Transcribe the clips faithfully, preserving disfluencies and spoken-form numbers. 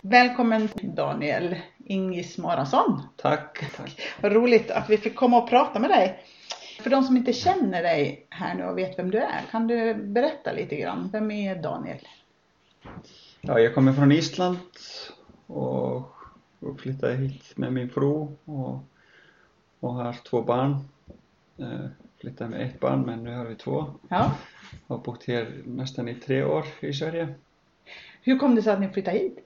Välkommen Daniel Ingismarason. Tack. Tack. Vad roligt att vi fick komma och prata med dig. För de som inte känner dig här nu och vet vem du är, kan du berätta lite grann? Vem är Daniel? Ja, jag kommer från Island och, och flyttade hit med min fru och, och har två barn. Eh, flyttade med ett barn, men nu har vi två. Ja. Jag har bott här nästan i tre år i Sverige. Hur kom det sig att ni flyttade hit?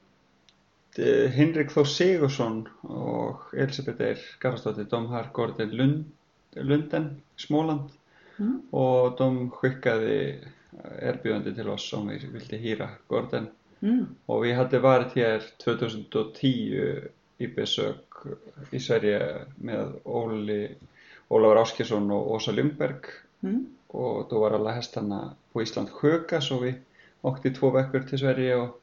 Det, Henrik Thor Sigurdsson och Elisabeth Garðarsdóttir, de har gården Lund, Lunden, Småland. Mm. Och de skickade erbjudande till oss om vi ville hyra gården. Mm. Och vi hade varit här tjugohundratio i besök i Sverige med Oli, Ólafur Áskjesson och Åsa Lundberg. Mm. Och då var alla hästarna på Island sjuka, så vi åkte två veckor till Sverige och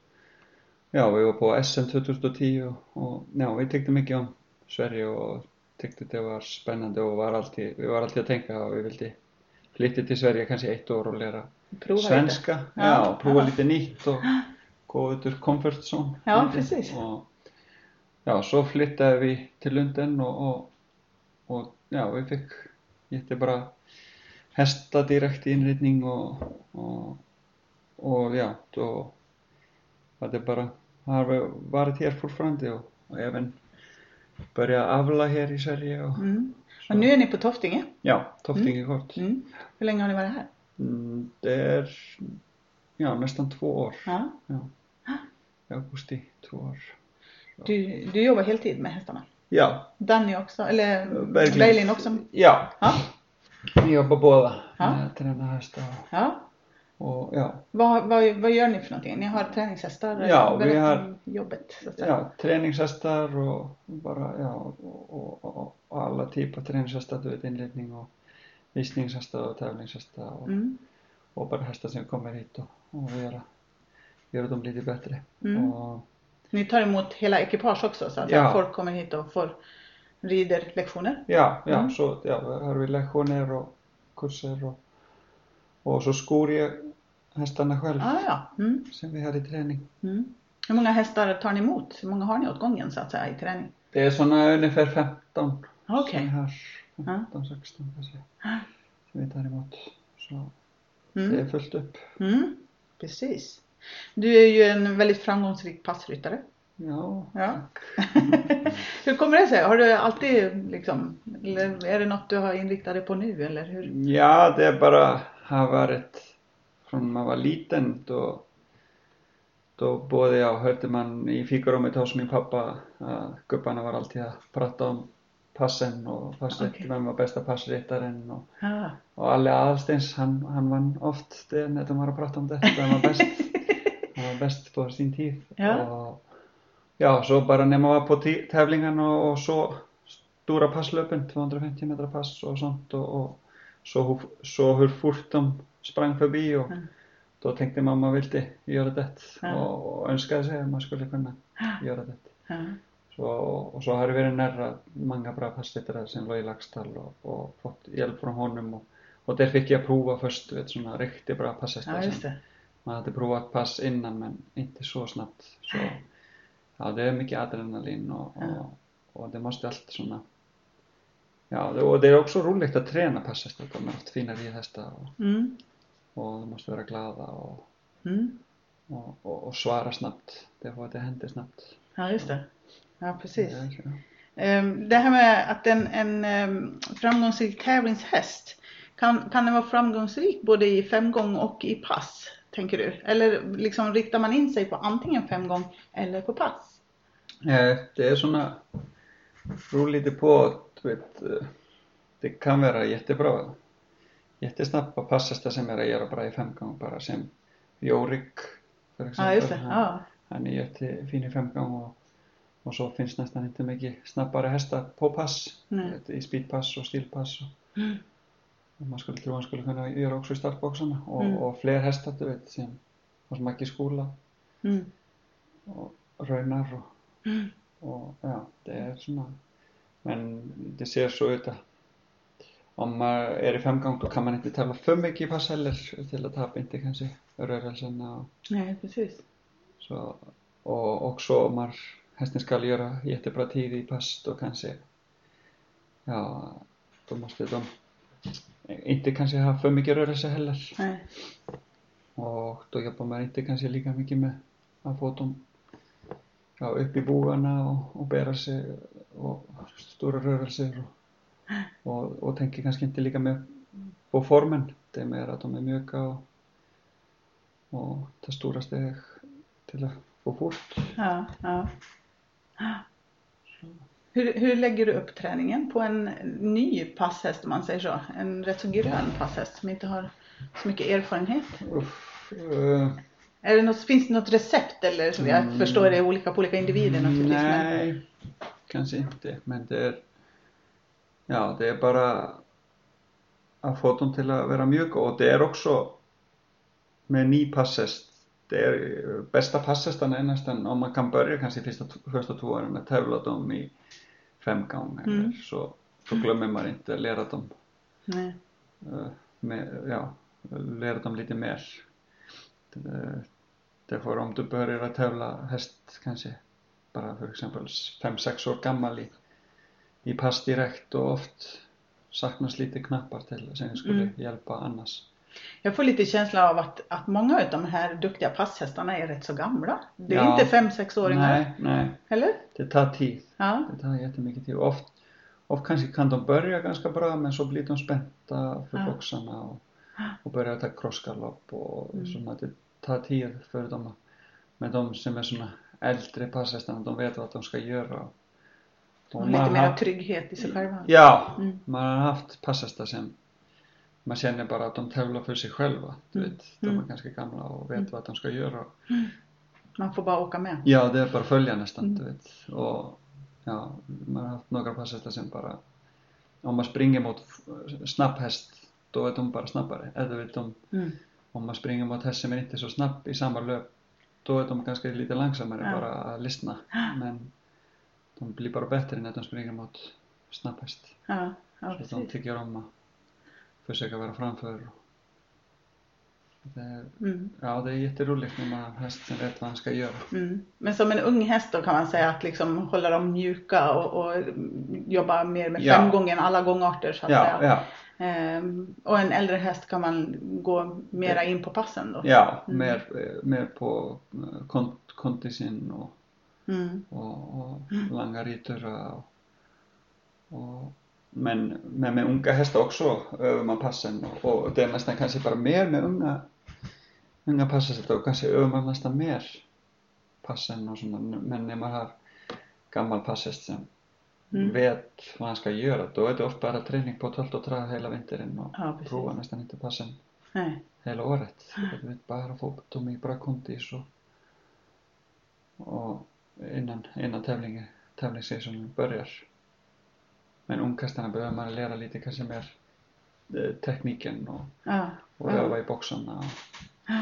ja, vi var på S M tjugohundratio och ja, vi tyckte mycket om Sverige och tyckte det var spännande och var alltid, vi var alltid att tänka att vi ville flytta till Sverige kanske ett år och lära prova svenska. Lite. Ja, ja, och prova ja. lite nytt och gå ut ur comfort zone. Ja, lite. Precis. Och, ja, så flyttade vi till Lunden och, och, och ja, vi fick jättebra hästar direkt i inredning och, och, och ja, då var det bara, har vi varit här fortfarande och, och även börjat avla här i Sverige. Och, mm. och nu är ni på Toftinge? Ja, Toftinge mm. kort. Mm. Hur länge har ni varit här? Mm, det är ja, nästan två år. Ja. Ja. I augusti, två år. Du, du jobbar heltid med hästarna? Ja. Danny också? Eller Berglin också? Ja. ja. Vi jobbar båda ja. med tränarhästar. Ja. Och, ja. Vad, vad, vad gör ni för någonting? Ni har träningshästar? Ja, vi har jobbet, så att säga. Ja, träningshästar och bara ja, och, och, och, och alla typer av träningshästar, du vet, inledning och visningshästar och tävlingshästar och, mm. och bara hästar som kommer hit och, och göra, göra dem lite bättre. Mm. Och, ni tar emot hela ekipage också, så att ja. folk kommer hit och får riderlektioner? Ja, ja, mm. så ja, har vi lektioner och kurser och, och så skor jag hästarna själv. Ah, ja. Mm. Sen vi har i träning. Mm. Hur många hästar tar ni emot? Hur många har ni åt gången, så att säga, i träning? Det är sådana ungefär femton. Okej. Okay. Vi har femton sexton kanske. Ah. Som vi tar emot. Så mm. det är fullt upp. Mm. Precis. Du är ju en väldigt framgångsrik passryttare. Ja. ja. Hur kommer det sig? Har du alltid liksom, eller är det något du har inriktat dig på nu, eller hur? Ja, det är bara har varit från man var liten då då både jag och hörde man i fikarummet hos min pappa, uh, gubbarna var alltid att prata om passen och passet, okay. vem var bästa passryttaren och, ah. och alla Alstens, han, han vann ofta det när de har pratat om det, vem var bäst han var bäst på sin tid. Ja. Och, ja, så bara när man var på t- tävlingarna och, och så stora passlöpen, tvåhundrafemtio meter pass och sånt och, och så, så hur fort de sprang förbi och mm. då tänkte mamma ville göra det mm. och, och önskade sig att man skulle kunna göra det. Mm. Så, och så har det varit nära många bra passryttare sen låg i Laxdal och, och fått hjälp från honom och, och där fick jag prova först, vet, sådana riktigt bra passhästar. Ja, man hade provat pass innan men inte så snabbt. Så ja, det är mycket adrenalin och, mm. och, och det måste alltid såna. Ja, och det är också roligt att träna passhästar, de är ofta fina ridhästar och, mm. och de måste vara glada och, mm. och, och, och svara snabbt, det var det hände snabbt. Ja, just det. Ja, precis. Ja, det här med att en, en framgångsrik tävlingshäst, kan, kan den vara framgångsrik både i femgång och i pass, tänker du? Eller liksom riktar man in sig på antingen femgång eller på pass? Det är såna roligt på, du vet, det kan vara jättebra, jättesnabbt på passhästar som är göra bra i femgång, bara som Jorik för exempel. Ja, just det. Han, ja. han är jättefin i femgång och, och så finns nästan inte mycket snabbare hästar på pass, vet, i speedpass och stillpass. Och, mm. och man skulle tro att man skulle kunna göra också i startboxarna och, mm. och fler hästar, du vet, som hos Mackie skola mm. och rönar och, mm. och ja, det är såna. Men det ser så ut att om man är i femgång då kan man inte tävla för mycket i pass heller till att tappa inte kanske rörelserna. Och, nej, precis. så, och också om man, hästen ska göra jättebra tid i pass, då kanske, ja, då måste de inte kanske ha för mycket rörelse heller. Nej. Och då jobbar man inte kanske lika mycket med att få dem, ja, upp i bogarna och, och bära sig och stora rörelser och, och, och tänker kanske inte lika med på formen. Det är mer att de är mjuka och, och tar stora steg till att få fort. Ja, ja. Hur, hur lägger du upp träningen på en ny passhäst, om man säger så? En rätt så grön passhäst som inte har så mycket erfarenhet. Uff, uh, är det något, finns det något recept, eller som jag mm, förstår det är olika på olika individer naturligtvis? Nej, men... kanske inte. Men det är, ja, det är bara att få dem till att vara mjuka. Och det är också med ny passhäst. Det är bästa passhästarna är nästan, om man kan börja kanske första, första två åren med tävla dem i fem gånger. Mm. Eller så, så glömmer man inte lära dem. Nej. Uh, med, ja, lära dem lite mer. Det, därför om du börjar att tävla häst kanske bara för exempel fem sex år gammal i, i pass direkt, och ofta saknas lite knappar till som skulle mm. hjälpa annars. Jag får lite känsla av att, att många av de här duktiga passhästarna är rätt så gamla. Det är ja, inte fem sex åringar. Nej, nej. Eller? Det tar tid. Ja. Det tar jättemycket tid. Ofta of kanske kan de börja ganska bra, men så blir de spänta för ja. boxarna och, och börjar ta crossgalopp och mm. sådana. Det tar tid för dem. Men de som är såna äldre passhästarna, de vet vad de ska göra. Och, och lite mer haft, trygghet i sig själva. Ja, mm. man har haft passhästar sen. Man känner bara att de tävlar för sig själva. Du vet, de är mm. ganska gamla och vet mm. vad de ska göra. Mm. Man får bara åka med. Ja, det är bara följa nästan. Mm. Du vet. Och ja, man har haft några passhästar sen bara. Om man springer mot snabb häst, då är de bara snabbare. Eller vet de, mm. om man springer mot häst som är inte så snabb i samma löp, då är de ganska lite långsammare, ja. bara att lyssna. Men de blir bara bättre när de springer mot snabb häst. Ja, ja, så de tycker om att försöka vara framför. Det är, mm. Ja, det är jätteroligt när man har hästen vet vad han ska göra. Mm. Men som en ung häst då kan man säga att liksom hålla dem mjuka och, och jobba mer med ja. fem gånger alla gångarter så att ja, säga. Ja. Ehm, och en äldre häst kan man gå mera in på passen då? Ja, mm. mer, mer på kont- kontisin och, mm. och, och mm. långa riturra. Och, och, men, men med unga hästar också övar man passen. Och, och det är nästan kanske bara mer med unga, unga passhästar. Och kanske övar man nästan mer passen och sådana. Men när man har gammal passhäst som mm. vet vad han ska göra, då är det ofta bara träning på tolv och trä hela vintern och ja, prova nästan inte passen Nej. hela året. Du vet, bara få dem i bra kontis och, och innan, innan tävlingen, tävlingssäsongen börjar. Men ungkastarna behöver man lära lite kanske mer eh, tekniken och, ja. och öva ja. i boxarna. Ja.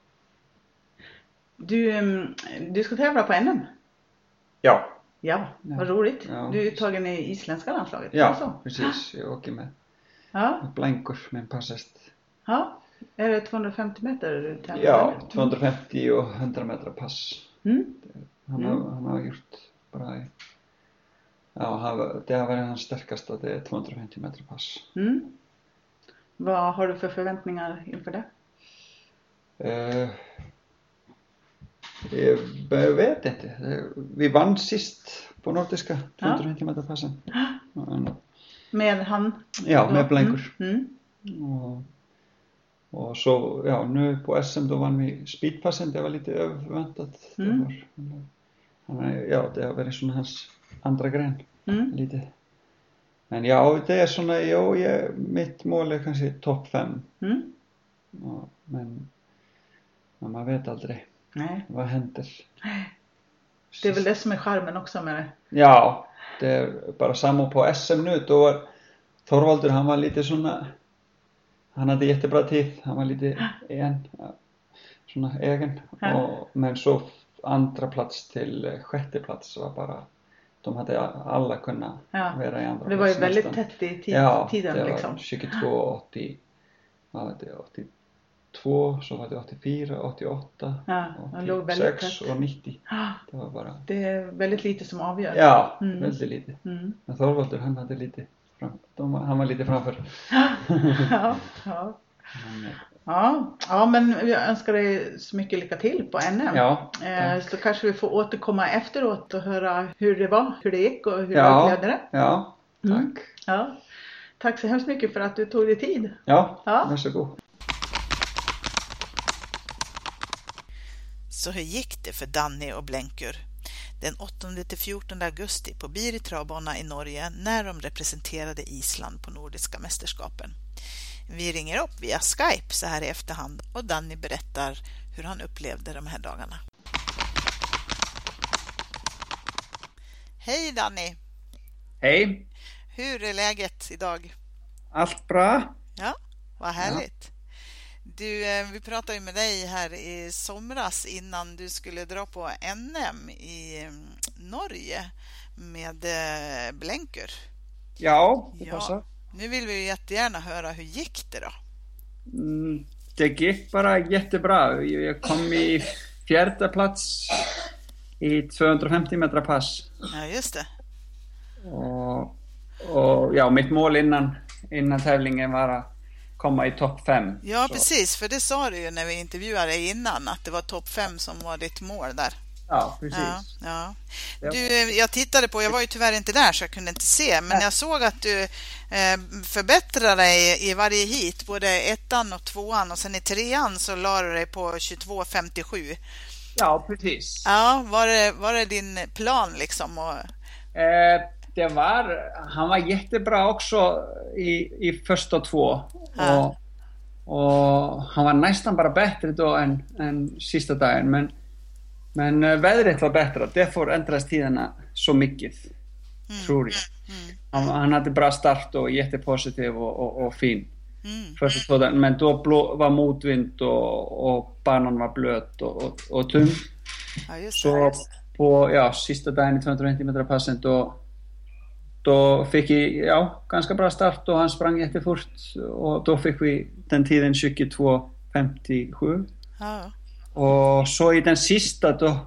Du, du ska tävla på N M? Ja. Ja, vad ja. roligt. Ja. Du är uttagen i isländska landslaget. Ja, så. precis. Jag åker med, ja. med blankor med en passhäst. Ja, är det tvåhundrafemtio meter du tävlar? Ja, tvåhundrafemtio och hundra meter pass. Mm. Han, mm. har, han har gjort bra i. Ja, han, det har varit hans starkaste, det är tvåhundrafemtio meter pass. Mm. Vad har du för förväntningar inför det? Uh, jag vet inte. Vi vann sist på nordiska tvåhundrafemtio meter passen. Ja. Med han? Ja, med blankor. Mm. Mm. Och, och så, ja, nu på S M då vann vi speedpassen. Det var lite överväntat. Mm. Det var, ja, det har varit sån hans andra gren. Mm. Lite. Men ja, det är såna, ja, jag, mitt mål är kanske topp fem. Mm. Ja, men, men man vet aldrig. Nej. Vad händer? Det är väl det som är charmen också med det. Ja, det är bara samma på S M nu. Då var Thorvaldur, han var lite såna, han hade jättebra tid. Han var lite en, såna egen. Ja. Och, men så andra plats till sjätte plats var bara, de hade alla kunnat ja. vara i andra plats. Det var ju väldigt nästan. tätt i tid, ja, tiden det var liksom. tjugotvå åttio, ja, det är åttio, två, så var det åttiofyra, åttioåtta, Ja, han låg väldigt åttiosex tätt. och nittio. Det var bara... Det är väldigt lite som avgör. Ja, Mm. väldigt lite. Mm. Men Thorvaldur, han hade lite fram... De, han var lite framför. Ja, ja. Men, Ja, ja, men jag önskar dig så mycket lycka till på N M. ja, eh, så kanske vi får återkomma efteråt och höra hur det var, hur det gick och hur ja, du upplevde det. Ja, tack. Mm. Ja. Tack så hemskt mycket för att du tog dig tid. Ja, Ja. varsågod. Så hur gick det för Danny och Blenkur den åttonde till fjortonde augusti på Biri travbana i Norge när de representerade Island på nordiska mästerskapen? Vi ringer upp via Skype så här i efterhand och Danny berättar hur han upplevde de här dagarna. Hej Danny! Hej! Hur är läget idag? Allt bra? Ja, vad härligt. Ja. Du, vi pratade ju med dig här i somras innan du skulle dra på N M i Norge med Blenkur. Ja, det ja. passar. Nu vill vi ju jättegärna höra, hur gick det då? Mm, det gick bara jättebra. Jag kom i fjärde plats i tvåhundrafemtio meter pass. Ja, just det. Och, och ja, mitt mål innan, innan tävlingen var att komma i topp fem. Ja, så. Precis. För det sa du ju när vi intervjuade dig innan, att det var topp fem som var ditt mål där. Ja, precis. Ja, ja. Du, jag tittade på, jag var ju tyvärr inte där så jag kunde inte se, men jag såg att du eh, förbättrade dig i varje hit, både ettan och tvåan, och sen i trean så la du dig på tjugotvå femtiosju. Ja, precis. Ja, var det, var det din plan liksom? Och... Eh, det var, han var jättebra också i, i första två. Ja. Och, och han var nästan bara bättre då än, än sista dagen, men Men uh, vädret var bättre. Därför ändras tiderna så mycket, mm. tror jag. Mm. Han, han hade bra start och jättepositiv och, och, och fin. Mm. Först och men då blå, var motvind och, och banan var blöt och, och, och tung. Ja, just det, så just. på ja, sista dagen i tvåhundrafemtio meter passen då, då fick vi ja, ganska bra start och han sprang jättefort. Och då fick vi den tiden tjugotvå femtiosju. Ja. Och så i den sista då,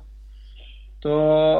då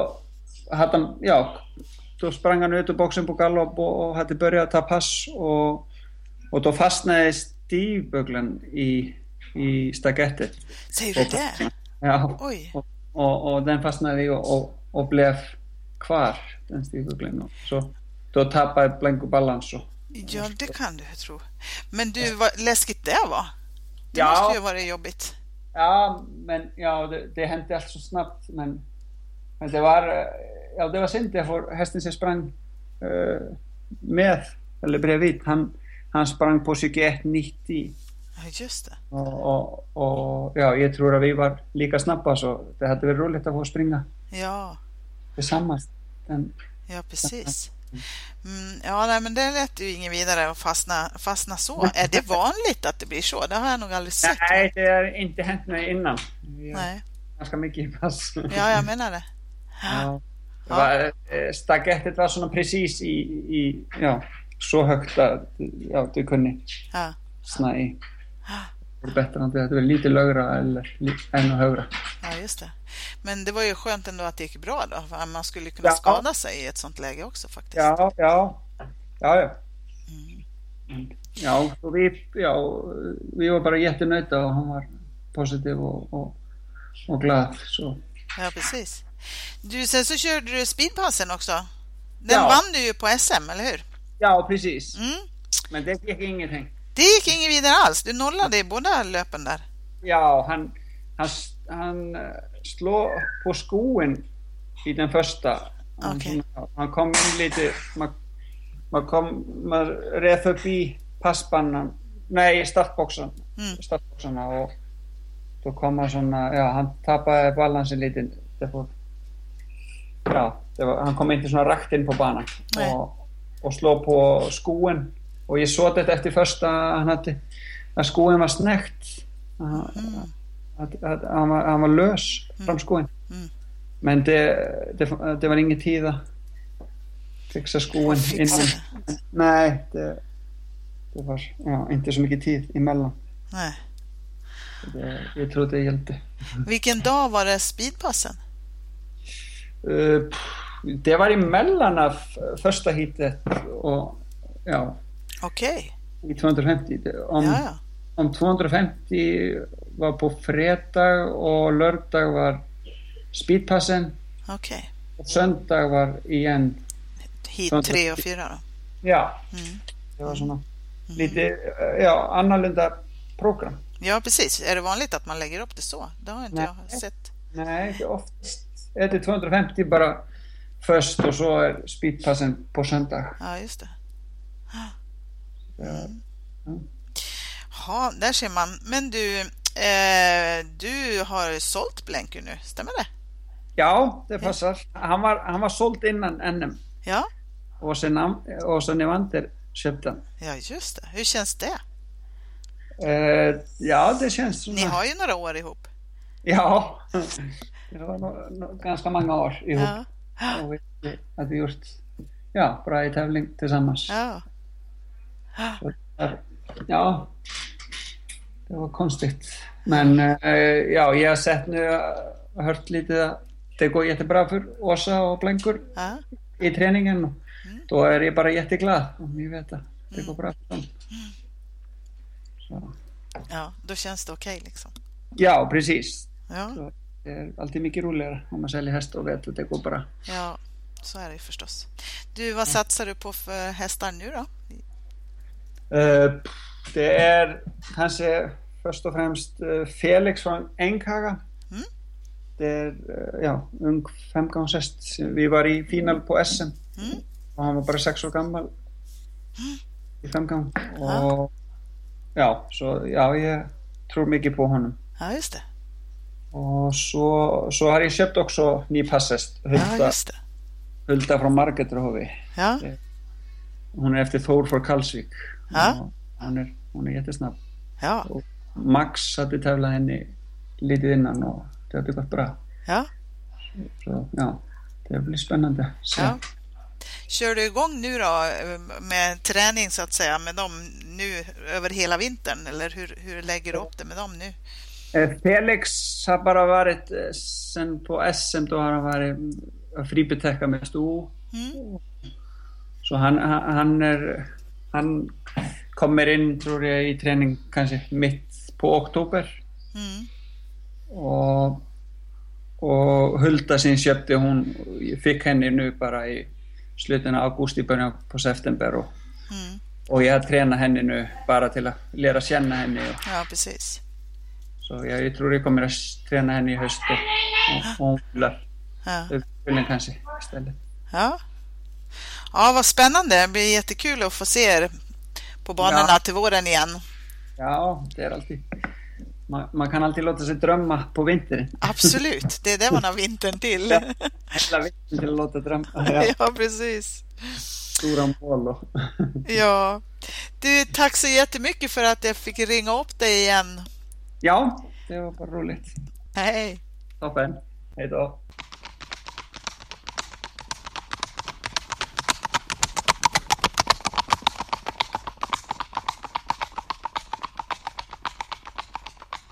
hade han, ja, då sprang han ut ur boxen på galopp och, och hade börjat ta pass och, och då fastnade stivböglen i, i stakettet. Säger du det? Ja, Oj. Och, och, och den fastnade och, och, och blev kvar, den stivböglen. Så då tappade Blenkur balans. Ja, det kan du tro. Men du, vad läskigt det var. Det ja. måste ju vara jobbigt. Ja, men ja, det, det hände allt så snabbt, men, men det var ja, det var synd för hästen som sprang uh, med eller bredvid, han, han sprang på tjugoett nittio. Ja, just det. Och, och, och ja, jag tror att vi var lika snabba, så det hade varit roligt att få springa. Ja. Tillsammans. Den, ja, precis. Mm, ja, nej, men det lät ju ingen vidare att fastna, fastna så. Är det vanligt att det blir så? Det har jag nog aldrig sett. Nej, det har inte hänt mig innan. Nej. Ganska mycket i pass. Ja, jag menar det. Ja. Det var, stakettet var såna precis i, i ja, så högt att ja, du kunde ja. snä i. Det är bättre än att det hade lite lögre eller ännu högre. Ja, just det. Men det var ju skönt ändå att det gick bra då. För man skulle kunna ja. skada sig i ett sånt läge också faktiskt. Ja, ja. Ja, ja. Mm. Ja, och vi, ja, vi var bara jättenöjda och han var positiv och, och, och glad. Så. Ja, precis. Du, sen så körde du speedpassen också. Den ja. vann du ju på S M, eller hur? Ja, precis. Mm. Men det gick ingenting. Det gick inget vidare alls. Du nollade i båda löpen där. Ja, han, han, han slår på skoen i den första. Han, okay. han kom in lite, man, man kom man red förbi passbanan, nej, startboxen, mm. startboxarna, och då kom han såna, ja, han tappade balansen lite. Därför, ja, det var, han kom inte såna rakt in på banan och, och slår på skoen. Och jag såg det efter första, han hade, att skoen var snäckt. Mm. Att, att, han, var, han var lös mm. fram skoen. Mm. Men det, det, det var ingen tid att fixa skoen innan. Nej, det, det var ja, inte så mycket tid emellan. Nej. Det, jag tror det hjälpte. Vilken dag var det speedpassen? Uh, det var emellan av första hitet och ja. Okej. Okay. I tvåhundrafemtio. Om, ja, ja. om tvåhundrafemtio var på fredag och lördag var speedpassen. Okej. Okay. Och söndag var igen hit tre och fyra då. Ja. Mm. Det var såna mm. lite ja, annorlunda program. Ja, precis. Är det vanligt att man lägger upp det så? Det har inte Nej. jag sett. Nej, det är oftast är det tvåhundrafemtio bara först och så är speedpassen på söndag. Ja, just det. Mm. Ja. Ja, där ser man. Men du, eh, du har sålt Blenker nu, stämmer det? Ja, det passar. Han var, han var sålt innan N M. Ja. Och sen, och sen Evanter köpte han. Ja, just det. Hur känns det? Eh, ja, det känns som... Ni har ju några år ihop. Ja, det var no, no, ganska många år ihop. Ja. Och vi hade gjort ja, bra i tävling tillsammans. Ja. Så, ja, det var konstigt. Men eh, ja, jag har sett nu och hört lite. Det går jättebra för Åsa och Blenker ja. i träningen. Mm. Då är jag bara jätteglad om ni vet att det går bra för dem. Så. Ja, då känns det okej okay, liksom. Ja, precis. Ja. Så det är alltid mycket roligare om man säljer hästar och vet att det går bra. Ja, så är det förstås. Du, vad satsar du på för hästar nu då? Uh, det är kanske först och främst uh, Felix från Enkhaga. Mm. Det är uh, ja, ung femgångshäst. Vi var i final på S M. Mm. Och han var bara sex år gammal. Mm. I femgång. Och ja, så ja, jag tror mycket på honom. Ja, just det. Och så, så har jag köpt också ny passhäst. Hulta, ja, just det. Hulta från Market tror vi. Ja. Hon är efter Thor för Karlsvik. Ja. Hon är, hon är jättesnabb. Ja. Och Max hade tävlat henne lite innan och det har gått bra. Ja. Så ja, det blir spännande. Så. Ja. Kör du igång nu då med träning så att säga med dem nu över hela vintern eller hur, hur lägger du upp det med dem nu? Felix har bara varit sen på S M då har han varit fribetäckare med sto. Mm. Så han, han, är, han kommer in tror jag i träning kanske mitt på oktober. Mm. Och, och Hulta sin köpte hon, fick henne nu bara i slutet av augusti, början på september. Och, mm. och jag tränar henne nu bara till att lära känna henne. Och, ja, precis. Så jag, jag tror jag kommer att träna henne i höst och, och hon vill ja. kanske istället. Ja. Ja, vad spännande. Det blir jättekul att få se er på banorna ja. till våren igen. Ja, det är alltid. Man, man kan alltid låta sig drömma på vintern. Absolut, det är det man har vintern till. Ja, hela vintern till att låta drömma. Ja, ja precis. Stora mål då. Ja. Du, tack så jättemycket för att jag fick ringa upp dig igen. Ja, det var bara roligt. Hej. Toppen. Hej då.